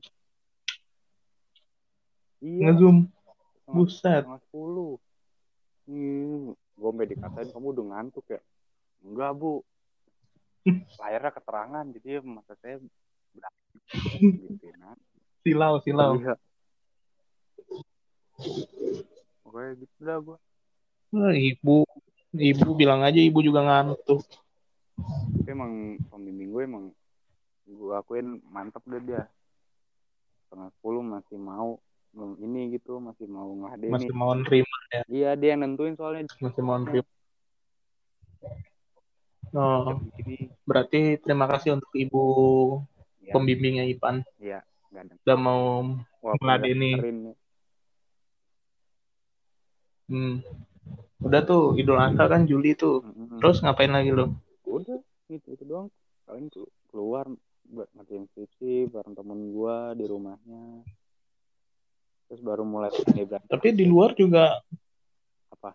Speaker 2: Iya
Speaker 1: Ngezoom,
Speaker 2: setengah
Speaker 1: buset.
Speaker 2: setengah sepuluh. Hmm, gue sampai dikatain kamu udah ngantuk ya. Enggak bu, layarnya keterangan jadi mata saya berapa gitu ya.
Speaker 1: Silau, silau.
Speaker 2: Iya, pokoknya gitu dah gue.
Speaker 1: Wah, ibu, ibu bilang aja ibu juga ngantuk.
Speaker 2: Tapi emang pembimbing gue emang gue akuin mantep deh dia. Setengah sepuluh masih mau ini gitu, masih mau ngadeni.
Speaker 1: Masih mau nerima ya,
Speaker 2: Iya dia yang nentuin soalnya
Speaker 1: masih mau nerima. Oh,
Speaker 2: jam segini.
Speaker 1: berarti terima kasih untuk ibu
Speaker 2: Ya,
Speaker 1: pembimbingnya Ipan.
Speaker 2: iya nggak ada.
Speaker 1: Udah mau
Speaker 2: Walaupun nggak
Speaker 1: meladeni.
Speaker 2: dengerin ya.
Speaker 1: Hmm. Udah tuh Idul Adha kan Juli tuh.
Speaker 2: Mm-mm.
Speaker 1: Terus ngapain lagi lo?
Speaker 2: Udah gitu itu doang. Paling keluar buat ngerjain skripsi bareng temen gue di rumahnya. Terus baru mulai berani berani
Speaker 1: Tapi di luar juga,
Speaker 2: apa?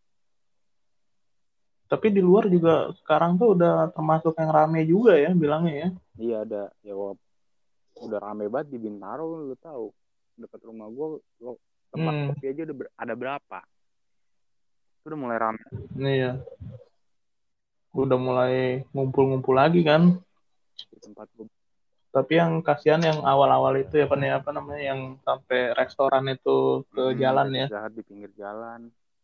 Speaker 1: tapi di luar juga sekarang tuh udah termasuk yang rame juga ya bilangnya ya.
Speaker 2: Iya ada ya wap, udah rame banget di Bintaro lu tahu dekat rumah gue lo tempat
Speaker 1: Hmm,
Speaker 2: kopi aja udah ber, ada berapa? Itu udah mulai rame
Speaker 1: iya. Udah mulai ngumpul-ngumpul lagi kan.
Speaker 2: di tempat gue.
Speaker 1: Tapi yang kasihan yang awal-awal itu ya, apa nih apa namanya yang sampai restoran itu ke
Speaker 2: Mm-mm,
Speaker 1: jalan ya.
Speaker 2: Pizza Hut di pinggir jalan.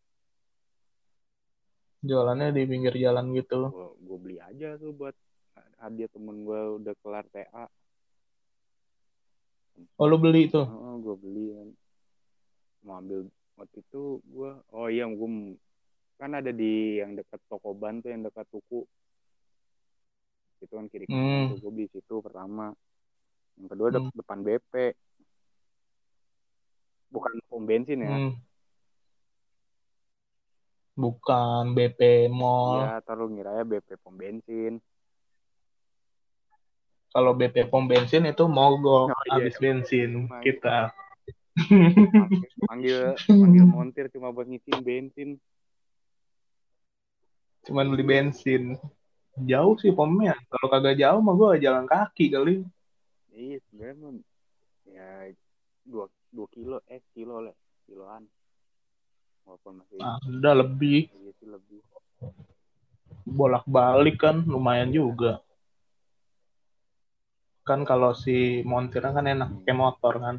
Speaker 1: Jualannya di pinggir jalan gitu.
Speaker 2: Gue gue beli aja tuh buat hadiah temen gue udah kelar T A.
Speaker 1: Oh lu beli itu?
Speaker 2: Oh, gue beli kan. Mau ambil waktu itu gue oh iya gue kan ada di yang dekat toko ban tuh yang dekat tuku itu kan kiri kanan
Speaker 1: Hmm,
Speaker 2: tuh gue beli situ pertama yang kedua
Speaker 1: hmm,
Speaker 2: de- depan B P bukan pom bensin ya.
Speaker 1: hmm. Bukan B P Mall.
Speaker 2: Iya taruh ngira ya B P pom bensin.
Speaker 1: Kalau B P pom bensin itu mogok
Speaker 2: Oh iya
Speaker 1: habis
Speaker 2: ya,
Speaker 1: bensin
Speaker 2: itu mah
Speaker 1: kita.
Speaker 2: panggil, panggil panggil montir cuma buat ngisiin bensin.
Speaker 1: Cuman beli bensin. Jauh sih pomnya. Kalau kagak jauh mah gue jalan kaki kali.
Speaker 2: Iya sebenarnya mah ya dua dua kilo eh kilo lah kiloan walaupun masih
Speaker 1: Ah, udah lebih.
Speaker 2: iya sih lebih.
Speaker 1: Bolak-balik kan lumayan
Speaker 2: Iya.
Speaker 1: juga. Kan kalau si montir kan enak
Speaker 2: Hmm.
Speaker 1: pakai motor kan.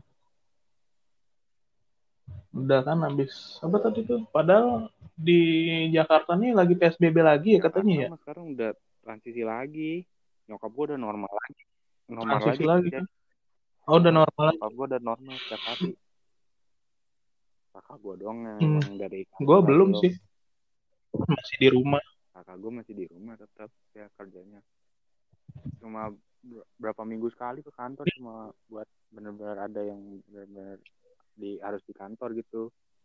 Speaker 1: Udah kan habis apa tadi tuh? Padahal di Jakarta nih lagi P S B B lagi ya katanya
Speaker 2: Jakarta
Speaker 1: ya.
Speaker 2: mah sekarang udah transisi lagi. Nyokap gue udah normal lagi. Normal
Speaker 1: Transisi
Speaker 2: lagi
Speaker 1: lagi
Speaker 2: kerja.
Speaker 1: kan. Oh udah
Speaker 2: Oh,
Speaker 1: normal lagi.
Speaker 2: nyokap gue udah normal setiap hari. Kakak gue doang yang
Speaker 1: Hmm.
Speaker 2: emang dari
Speaker 1: Gue
Speaker 2: kantor
Speaker 1: belum
Speaker 2: belum.
Speaker 1: sih. Masih di rumah.
Speaker 2: Kakak gue masih di rumah tetap ya kerjanya. Cuma berapa minggu sekali ke kantor cuma buat bener-bener ada yang bener-bener di harus di kantor gitu.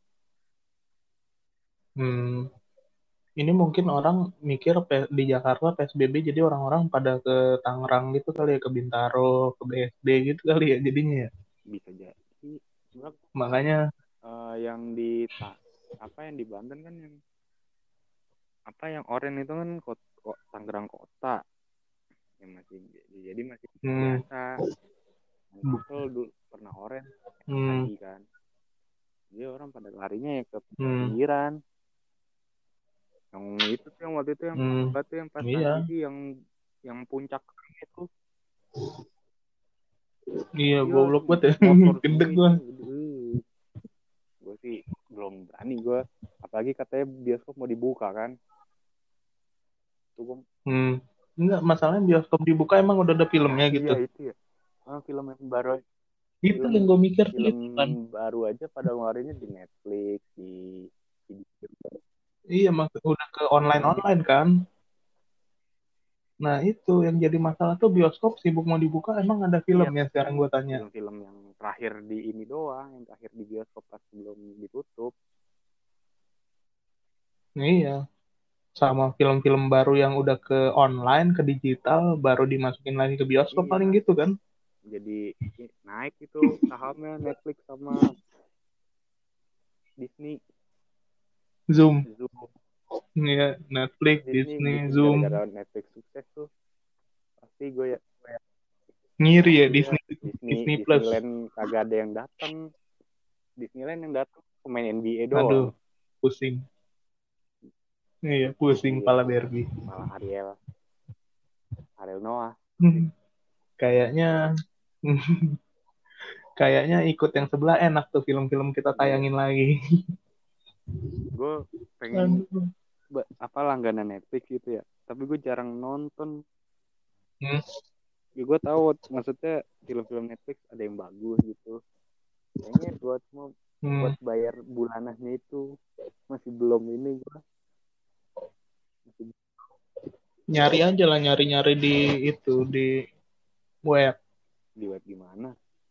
Speaker 1: Hmm. Ini mungkin orang mikir P- di Jakarta P S B B jadi orang-orang pada ke Tangerang gitu kali ya, ke Bintaro, ke B S D gitu kali ya jadinya ya.
Speaker 2: Bisa jadi. Sebenarnya
Speaker 1: Makanya
Speaker 2: uh, yang di ta, apa yang di Banten kan yang apa yang oranye itu kan kota, kota Tangerang kota yang masih jadi masih
Speaker 1: hmm,
Speaker 2: biasa. Yang Tangsel dulu pernah oranye
Speaker 1: hmm,
Speaker 2: lagi kan. Jadi orang pada larinya ya ke
Speaker 1: hmm,
Speaker 2: pinggiran. Yang itu tuh yang waktu itu yang
Speaker 1: hmm,
Speaker 2: batu yang pas
Speaker 1: iya,
Speaker 2: transisi yang yang puncak itu.
Speaker 1: iya
Speaker 2: Iya
Speaker 1: goblok
Speaker 2: itu
Speaker 1: banget ya,
Speaker 2: motor semua
Speaker 1: gendek gua.
Speaker 2: isinya. Uh, gue sih belum berani gue. Apalagi katanya bioskop mau dibuka kan. Tuh gue
Speaker 1: Hmm. Enggak, masalahnya bioskop dibuka emang udah ada
Speaker 2: nah
Speaker 1: filmnya
Speaker 2: iya
Speaker 1: gitu.
Speaker 2: itu ya. Ah, film yang baru
Speaker 1: Itu
Speaker 2: film
Speaker 1: yang gue mikir tuh
Speaker 2: film
Speaker 1: itu kan.
Speaker 2: baru aja pada ngeluarinnya di Netflix di di
Speaker 1: Iya, mak udah ke
Speaker 2: hmm,
Speaker 1: online-online kan. Nah itu yang jadi masalah tuh bioskop sibuk mau dibuka emang ada
Speaker 2: iya
Speaker 1: filmnya sekarang gue tanya.
Speaker 2: film-film yang terakhir di ini doang, yang terakhir di bioskop pas sebelum ditutup.
Speaker 1: Iya. Sama film-film baru yang udah ke online, ke digital, baru dimasukin lagi ke bioskop paling
Speaker 2: Iya,
Speaker 1: gitu kan.
Speaker 2: jadi naik itu sahamnya Netflix sama Disney.
Speaker 1: Zoom.
Speaker 2: Zoom.
Speaker 1: Iya, Netflix,
Speaker 2: Disney
Speaker 1: Disney,
Speaker 2: Disney
Speaker 1: Zoom.
Speaker 2: gara-gara Netflix sukses tuh pasti gue ya, gue ya
Speaker 1: Ngiri ya
Speaker 2: iya
Speaker 1: Disney.
Speaker 2: Disney
Speaker 1: Disney Plus.
Speaker 2: Disneyland kagak ada yang datang. Disneyland yang datang pemain N B A doang.
Speaker 1: Aduh, pusing. Iya, pusing
Speaker 2: Iya,
Speaker 1: pala Barbie.
Speaker 2: malah Ariel Ariel Noah.
Speaker 1: Hmm, Kayaknya kayaknya ikut yang sebelah enak tuh film-film kita
Speaker 2: Iya,
Speaker 1: tayangin lagi.
Speaker 2: gue pengen
Speaker 1: Aduh.
Speaker 2: ba- apa langganan Netflix gitu ya, tapi gue jarang nonton.
Speaker 1: Hmm,
Speaker 2: Ya, gue tahu maksudnya film-film Netflix ada yang bagus gitu, kayaknya buat mau buat
Speaker 1: hmm.
Speaker 2: bayar bulanannya itu masih belum ini gue masih
Speaker 1: Nyari aja lah, nyari-nyari di itu di web.
Speaker 2: di web gimana.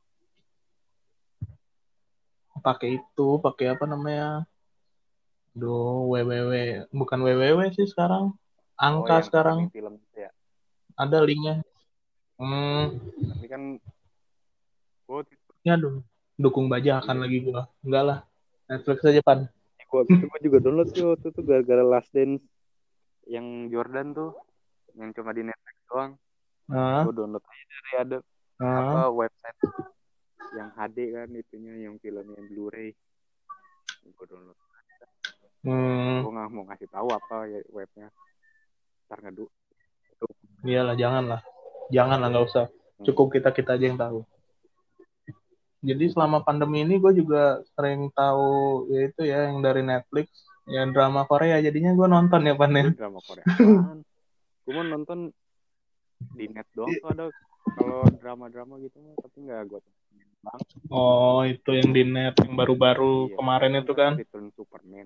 Speaker 1: Pakai itu, pakai apa namanya? Duh, www, bukan www sih sekarang.
Speaker 2: Oh,
Speaker 1: Angka
Speaker 2: yang
Speaker 1: sekarang
Speaker 2: streaming film itu ya.
Speaker 1: ada linknya. Hmm,
Speaker 2: Tapi kan gue
Speaker 1: ya dong. Dukung bajakan
Speaker 2: iya,
Speaker 1: lagi gua. Enggak lah. Netflix aja pan.
Speaker 2: gue itu gue juga download tuh waktu itu gara-gara Last Dance yang Jordan tuh, yang cuma di Netflix doang.
Speaker 1: Nah,
Speaker 2: Gue download aja dari ada apa
Speaker 1: nah,
Speaker 2: website yang H D kan itunya, yang filmnya Blu-ray. Gue download.
Speaker 1: hmm,
Speaker 2: Gue nggak mau ngasih tahu apa ya webnya, ntar ngeduk.
Speaker 1: iyalah jangan lah. Jangan lah, nggak usah.
Speaker 2: Hmm.
Speaker 1: Cukup kita-kita aja yang tahu. Jadi selama pandemi ini gue juga sering tahu ya itu ya yang dari Netflix, ya drama Korea. Jadinya gue nonton ya pan ya.
Speaker 2: Gue drama Korea apaan? Gue mau nonton di net doang tuh ada kalau drama-drama gitu mah, tapi nggak gue tonton bang.
Speaker 1: Oh, itu yang di net yang baru-baru
Speaker 2: Iya,
Speaker 1: kemarin itu
Speaker 2: apa
Speaker 1: kan.
Speaker 2: Return Superman.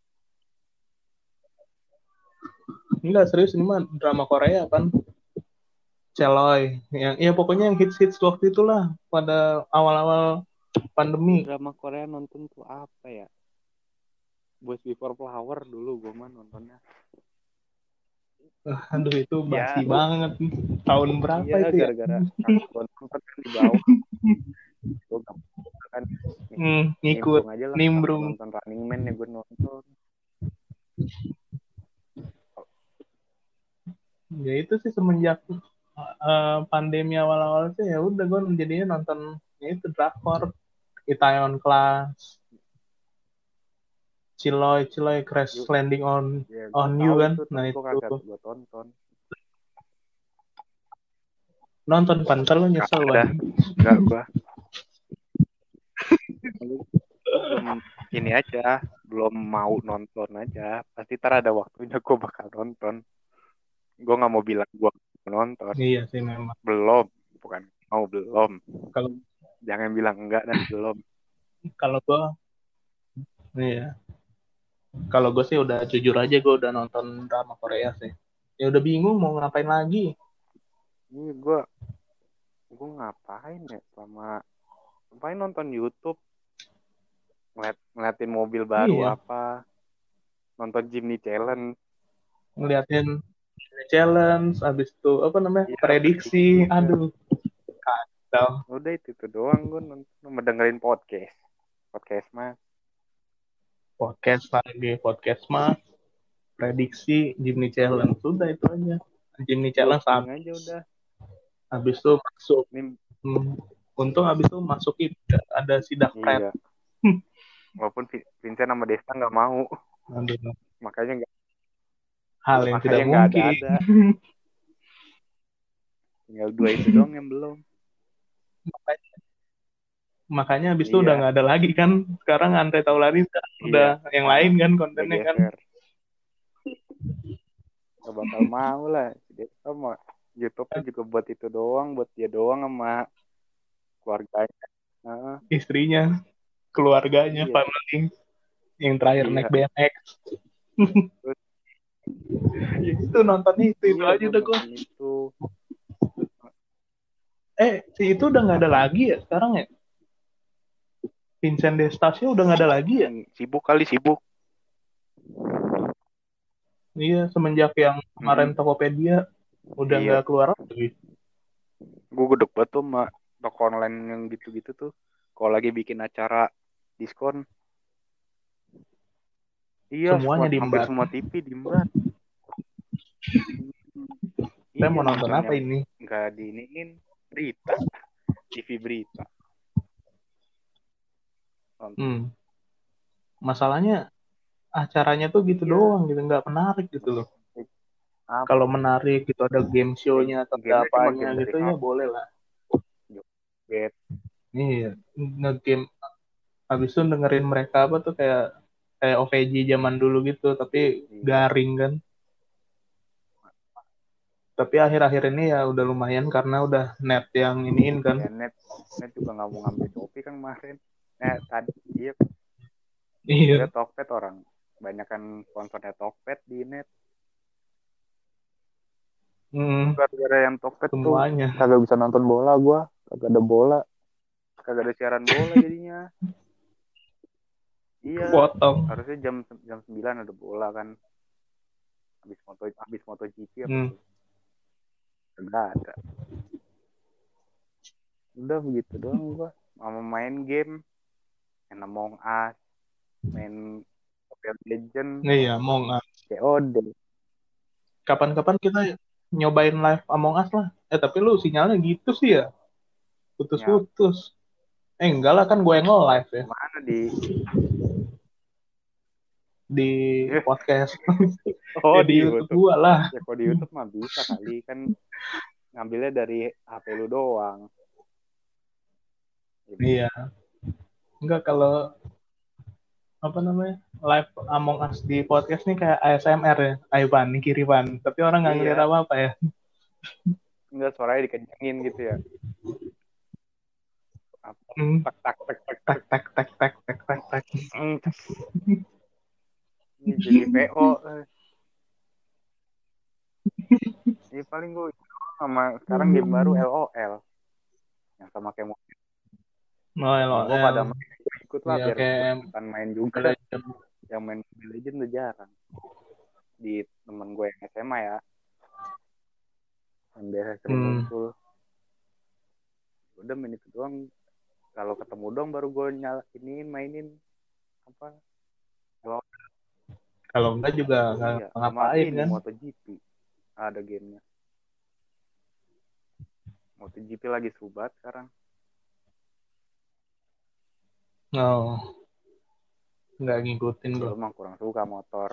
Speaker 1: Enggak serius, ini mah drama Korea kan. Celoy. Yang ya pokoknya yang hits-hits waktu itulah pada awal-awal
Speaker 2: Gue
Speaker 1: pandemi.
Speaker 2: drama Korea nonton tuh apa ya? Boys Before Flower dulu gue mah nontonnya.
Speaker 1: Ah, Aduh itu basi
Speaker 2: Ya, lu
Speaker 1: banget. Tahun berapa
Speaker 2: iya
Speaker 1: itu ya?
Speaker 2: gara-gara kakak gue nonton kan di bawah. Gue gak kan nih,
Speaker 1: Hmm, ngikut
Speaker 2: nimbrung aja lah kakak
Speaker 1: nimbrung.
Speaker 2: nonton Running Man ya gue nonton.
Speaker 1: Ya itu sih semenjak uh, pandemi awal-awal sih ya udah gue jadinya nonton ya itu drakor, Itaewon Class, Ciloy, Ciloy Crash
Speaker 2: Yuk,
Speaker 1: Landing on
Speaker 2: ya gue
Speaker 1: on You
Speaker 2: tahu
Speaker 1: kan.
Speaker 2: itu
Speaker 1: Nah
Speaker 2: tapi gue
Speaker 1: itu
Speaker 2: kagak gue tonton.
Speaker 1: nonton pantar lo nyesel
Speaker 2: Kagak dah,
Speaker 1: banget.
Speaker 2: enggak gue. Gue belum ini aja, belum mau nonton aja. Pasti ntar ada waktunya gue bakal nonton. Gue nggak mau bilang gue nonton.
Speaker 1: Iya sih memang.
Speaker 2: Belum, bukan mau belum.
Speaker 1: Kalau
Speaker 2: Jangan bilang enggak dah, belum.
Speaker 1: kalau gue iya. Kalau gue sih udah jujur aja gue udah nonton drama Korea sih. Ya udah bingung mau ngapain lagi.
Speaker 2: Ini gue, gue ngapain ya selama ngapain nonton YouTube, ngeliat, ngeliatin mobil baru
Speaker 1: Iya,
Speaker 2: apa, nonton Jimny Challenge.
Speaker 1: ngeliatin challenge, abis itu apa namanya
Speaker 2: Iya, prediksi.
Speaker 1: prediksi,
Speaker 2: Ya.
Speaker 1: aduh, kacau.
Speaker 2: Udah itu tuh doang gue nonton, mendengarin podcast. Podcast mah.
Speaker 1: Podcast lagi, podcast mah, prediksi, Jimny
Speaker 2: Iya,
Speaker 1: challenge, sudah itu aja. Jimny challenge
Speaker 2: googling aja
Speaker 1: habis,
Speaker 2: udah.
Speaker 1: habis itu masuk.
Speaker 2: Ini
Speaker 1: Hmm, Untung habis itu masukin ada sidak pret.
Speaker 2: iya. Walaupun Vincent sama Desta nggak mau,
Speaker 1: Aduh,
Speaker 2: makanya nggak,
Speaker 1: hal yang
Speaker 2: makanya
Speaker 1: tidak
Speaker 2: nggak
Speaker 1: mungkin.
Speaker 2: ada-ada. Tinggal dua itu doang yang belum.
Speaker 1: makanya, makanya habis itu udah
Speaker 2: Iya,
Speaker 1: nggak ada lagi kan. Sekarang Andre Taulani
Speaker 2: iya.
Speaker 1: udah yang
Speaker 2: Ah,
Speaker 1: lain kan
Speaker 2: udah
Speaker 1: kontennya kan.
Speaker 2: geser. Gak bakal mau lah. Desta mau YouTube-nya juga buat itu doang, buat dia doang sama keluarganya. Ah,
Speaker 1: Istrinya, keluarganya,
Speaker 2: iya,
Speaker 1: family. Yang terakhir
Speaker 2: iya.
Speaker 1: naik B M X.
Speaker 2: Terus,
Speaker 1: Itu nontonnya itu itu
Speaker 2: iya
Speaker 1: aja
Speaker 2: gue
Speaker 1: udah gue.
Speaker 2: nonton itu.
Speaker 1: Eh si itu udah nggak ada
Speaker 2: Apa?
Speaker 1: lagi ya sekarang ya? Vincent Destasio udah nggak ada lagi ya?
Speaker 2: Hmm, sibuk kali sibuk.
Speaker 1: Iya, semenjak yang kemarin
Speaker 2: Mm-mm.
Speaker 1: Tokopedia udah
Speaker 2: Iya,
Speaker 1: nggak keluar lagi.
Speaker 2: gue gedek banget tuh sama toko online yang gitu-gitu tuh. Kalau lagi bikin acara diskon, iya semua
Speaker 1: Semuanya
Speaker 2: hampir
Speaker 1: diembat.
Speaker 2: semua T V diembat. Hmm,
Speaker 1: Saya
Speaker 2: iya
Speaker 1: mau nonton
Speaker 2: nontonnya
Speaker 1: apa ini?
Speaker 2: nggak diiniin berita, T V berita. Nonton.
Speaker 1: Hmm. Masalahnya acaranya tuh gitu
Speaker 2: Iya,
Speaker 1: doang gitu, nggak menarik gitu loh.
Speaker 2: apa?
Speaker 1: Kalau menarik gitu ada game
Speaker 2: Ya,
Speaker 1: show-nya atau ada
Speaker 2: gamenya cuma
Speaker 1: apanya
Speaker 2: game dari
Speaker 1: gitu ya
Speaker 2: H P,
Speaker 1: boleh lah.
Speaker 2: joget.
Speaker 1: Iya, nge-game habis itu dengerin mereka apa tuh kayak kayak O V J zaman dulu gitu, tapi
Speaker 2: Iya,
Speaker 1: garing kan. Tapi akhir-akhir ini ya udah lumayan karena udah net yang iniin kan.
Speaker 2: ya net net juga nggak mau ngambil Shopee kan kemarin. Eh tadi iya, dia
Speaker 1: Iya.
Speaker 2: Tokped orang banyak kan sponsornya Tokped di net.
Speaker 1: Hmm,
Speaker 2: Gara-gara yang Tokped tuh
Speaker 1: semuanya
Speaker 2: kagak bisa nonton bola gua, kagak ada bola, kagak ada siaran bola jadinya. Iya,
Speaker 1: potong.
Speaker 2: harusnya jam jam sembilan ada bola kan. Habis moto habis MotoGP apa
Speaker 1: Hmm.
Speaker 2: tuh? Enggak ada. Udah begitu doang gua. Mau main game, main Among Us, main Mobile Legend,
Speaker 1: Iya, mau nggak?
Speaker 2: C O D.
Speaker 1: Kapan-kapan kita nyobain live Among Us lah. Eh tapi lu sinyalnya gitu sih ya,
Speaker 2: Sinyal
Speaker 1: putus-putus. Eh enggak lah kan gue yang live ya
Speaker 2: mana di
Speaker 1: di podcast.
Speaker 2: Oh
Speaker 1: Ya di
Speaker 2: di
Speaker 1: YouTube
Speaker 2: YouTube.
Speaker 1: gua lah.
Speaker 2: Ya kalau di YouTube mah bisa kali kan ngambilnya dari H P lu doang. Ya,
Speaker 1: Iya. Enggak kalau apa namanya live Among Us di podcast nih kayak A S M R ya. Ayo Pan, nih kiri Pan. Tapi orang nggak ngeliat
Speaker 2: iya,
Speaker 1: apa-apa ya.
Speaker 2: enggak suaranya dikencengin gitu ya. Apa?
Speaker 1: Hmm.
Speaker 2: Tak tak tak tak
Speaker 1: Tak
Speaker 2: tak.
Speaker 1: tak tak tak tak tak tak.
Speaker 2: Hmm, ini jadi V O. Ini paling gue sama sekarang game baru
Speaker 1: Hmm.
Speaker 2: L O L yang sama kayak mau
Speaker 1: Oh,
Speaker 2: temen gue pada
Speaker 1: L O L.
Speaker 2: main gue ikut lah
Speaker 1: Iya
Speaker 2: biar gue
Speaker 1: kayak
Speaker 2: ikutan main juga.
Speaker 1: Legend.
Speaker 2: Yang main Mobile Legends udah jarang di temen gue yang S M A ya, yang biasa sering
Speaker 1: Hmm.
Speaker 2: ngumpul. Udah main itu doang, kalau ketemu dong baru gue nyala ini mainin apa. Kalau
Speaker 1: Kalau enggak juga nggak
Speaker 2: iya sama
Speaker 1: ngapain
Speaker 2: ini
Speaker 1: kan.
Speaker 2: MotoGP ada gamenya. MotoGP lagi subat sekarang.
Speaker 1: Oh, nggak ngikutin
Speaker 2: Ya
Speaker 1: bro.
Speaker 2: lu mah kurang suka motor.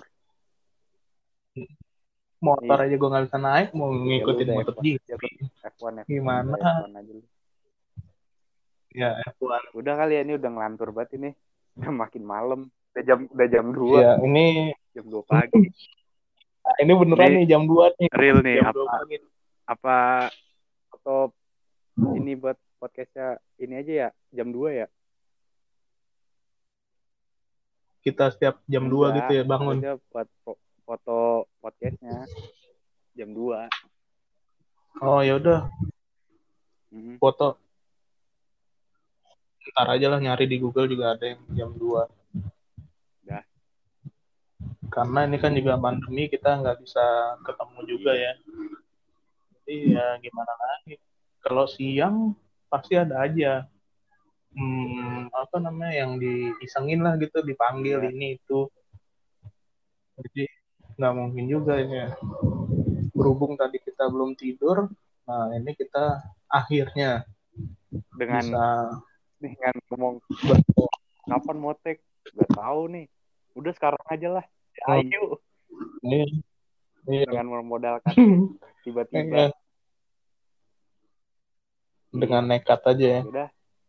Speaker 1: Motor
Speaker 2: Iya,
Speaker 1: aja gue nggak bisa naik, mau
Speaker 2: ya lu
Speaker 1: ngikutin
Speaker 2: udah F satu
Speaker 1: MotoGP.
Speaker 2: aja lu. F satu F satu
Speaker 1: Gimana?
Speaker 2: udah F satu aja lu.
Speaker 1: Ya F satu.
Speaker 2: Udah kali ya ini udah ngelantur banget ini. Udah makin malam. Udah jam udah jam dua,
Speaker 1: Ya ini
Speaker 2: jam dua pagi.
Speaker 1: ini beneran
Speaker 2: Ini
Speaker 1: nih jam dua nih.
Speaker 2: real nih
Speaker 1: Jam dua
Speaker 2: apa
Speaker 1: pagi.
Speaker 2: apa atau ini buat podcastnya ini aja ya jam dua ya.
Speaker 1: Kita setiap jam dua gitu
Speaker 2: Enggak,
Speaker 1: ya bangun.
Speaker 2: maksudnya buat foto podcastnya jam dua.
Speaker 1: Oh ya udah,
Speaker 2: Hmm.
Speaker 1: foto ntar aja lah nyari di Google juga ada yang jam dua.
Speaker 2: Udah.
Speaker 1: Karena ini kan juga pandemi kita nggak bisa ketemu juga
Speaker 2: Iya.
Speaker 1: ya. Jadi ya gimana lagi. Kalau siang pasti ada aja. Hmm, apa namanya yang diisengin lah gitu dipanggil
Speaker 2: Iya.
Speaker 1: ini itu. Jadi nggak mungkin juga ini ya. Berhubung tadi kita belum tidur, nah ini kita akhirnya
Speaker 2: Dengan
Speaker 1: bisa
Speaker 2: dengan ngomong
Speaker 1: ber-
Speaker 2: kapan mau take, gak tahu nih. Udah sekarang aja lah. Ya,
Speaker 1: oh,
Speaker 2: ayo
Speaker 1: iya, iya.
Speaker 2: dengan memodalkan tiba-tiba.
Speaker 1: Iya, dengan
Speaker 2: Iya.
Speaker 1: nekat aja ya.
Speaker 2: Udah.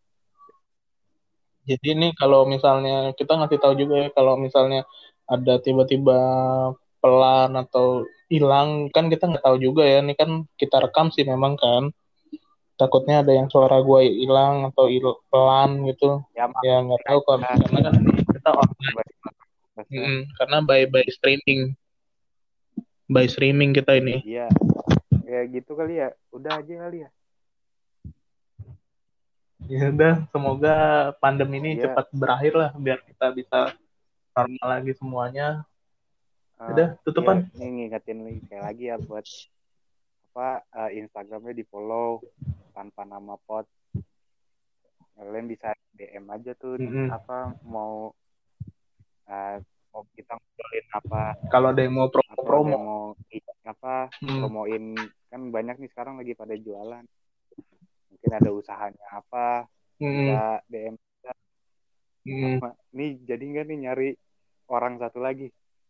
Speaker 1: Jadi ini kalau misalnya kita ngasih tahu juga ya kalau misalnya ada tiba-tiba pelan atau hilang kan kita nggak tahu juga ya. Ini kan kita rekam sih memang kan. Takutnya ada yang suara gue hilang atau il- pelan gitu.
Speaker 2: Ya
Speaker 1: Ya nggak tahu kan karena kan kita online.
Speaker 2: tiba-tiba.
Speaker 1: Mm-mm. Karena by by streaming, by streaming kita ini.
Speaker 2: Iya. Ya gitu kali ya. Udah aja kali ya.
Speaker 1: Ya udah, semoga pandemi ini
Speaker 2: Iya,
Speaker 1: cepat berakhir lah biar kita bisa normal lagi semuanya.
Speaker 2: eh,
Speaker 1: Udah,
Speaker 2: iya
Speaker 1: tutupan.
Speaker 2: ini ngingetin lagi kayak lagi ya buat apa eh, Instagramnya di follow tanpa nama pot. Kalian bisa D M aja tuh
Speaker 1: Mm-mm.
Speaker 2: apa mau eh, mau kita ngobrolin apa
Speaker 1: Kalau ada yang mau
Speaker 2: atau ada
Speaker 1: promo-promo.
Speaker 2: yang mau i- apa
Speaker 1: Hmm.
Speaker 2: promoin kan banyak nih sekarang lagi pada jualan. Mungkin ada usahanya apa
Speaker 1: Hmm.
Speaker 2: bisa D M kita.
Speaker 1: Hmm.
Speaker 2: Apa nih jadi nggak nih nyari orang satu lagi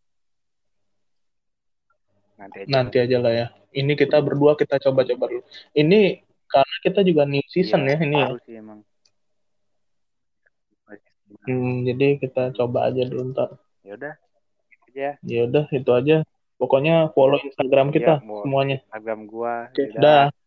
Speaker 2: nanti aja lah.
Speaker 1: Nanti aja lah ya. Ini kita berdua kita coba-coba dulu. Ini karena kita juga new
Speaker 2: Iya
Speaker 1: season ya ini ya.
Speaker 2: baru sih emang masih sebulan.
Speaker 1: Hmm, jadi kita coba aja dulu ntar.
Speaker 2: Ya udah aja.
Speaker 1: Ya udah itu aja. Pokoknya follow Instagram
Speaker 2: Iya
Speaker 1: kita
Speaker 2: mau
Speaker 1: semuanya.
Speaker 2: Instagram gua
Speaker 1: Oke,
Speaker 2: ya udah.
Speaker 1: dah.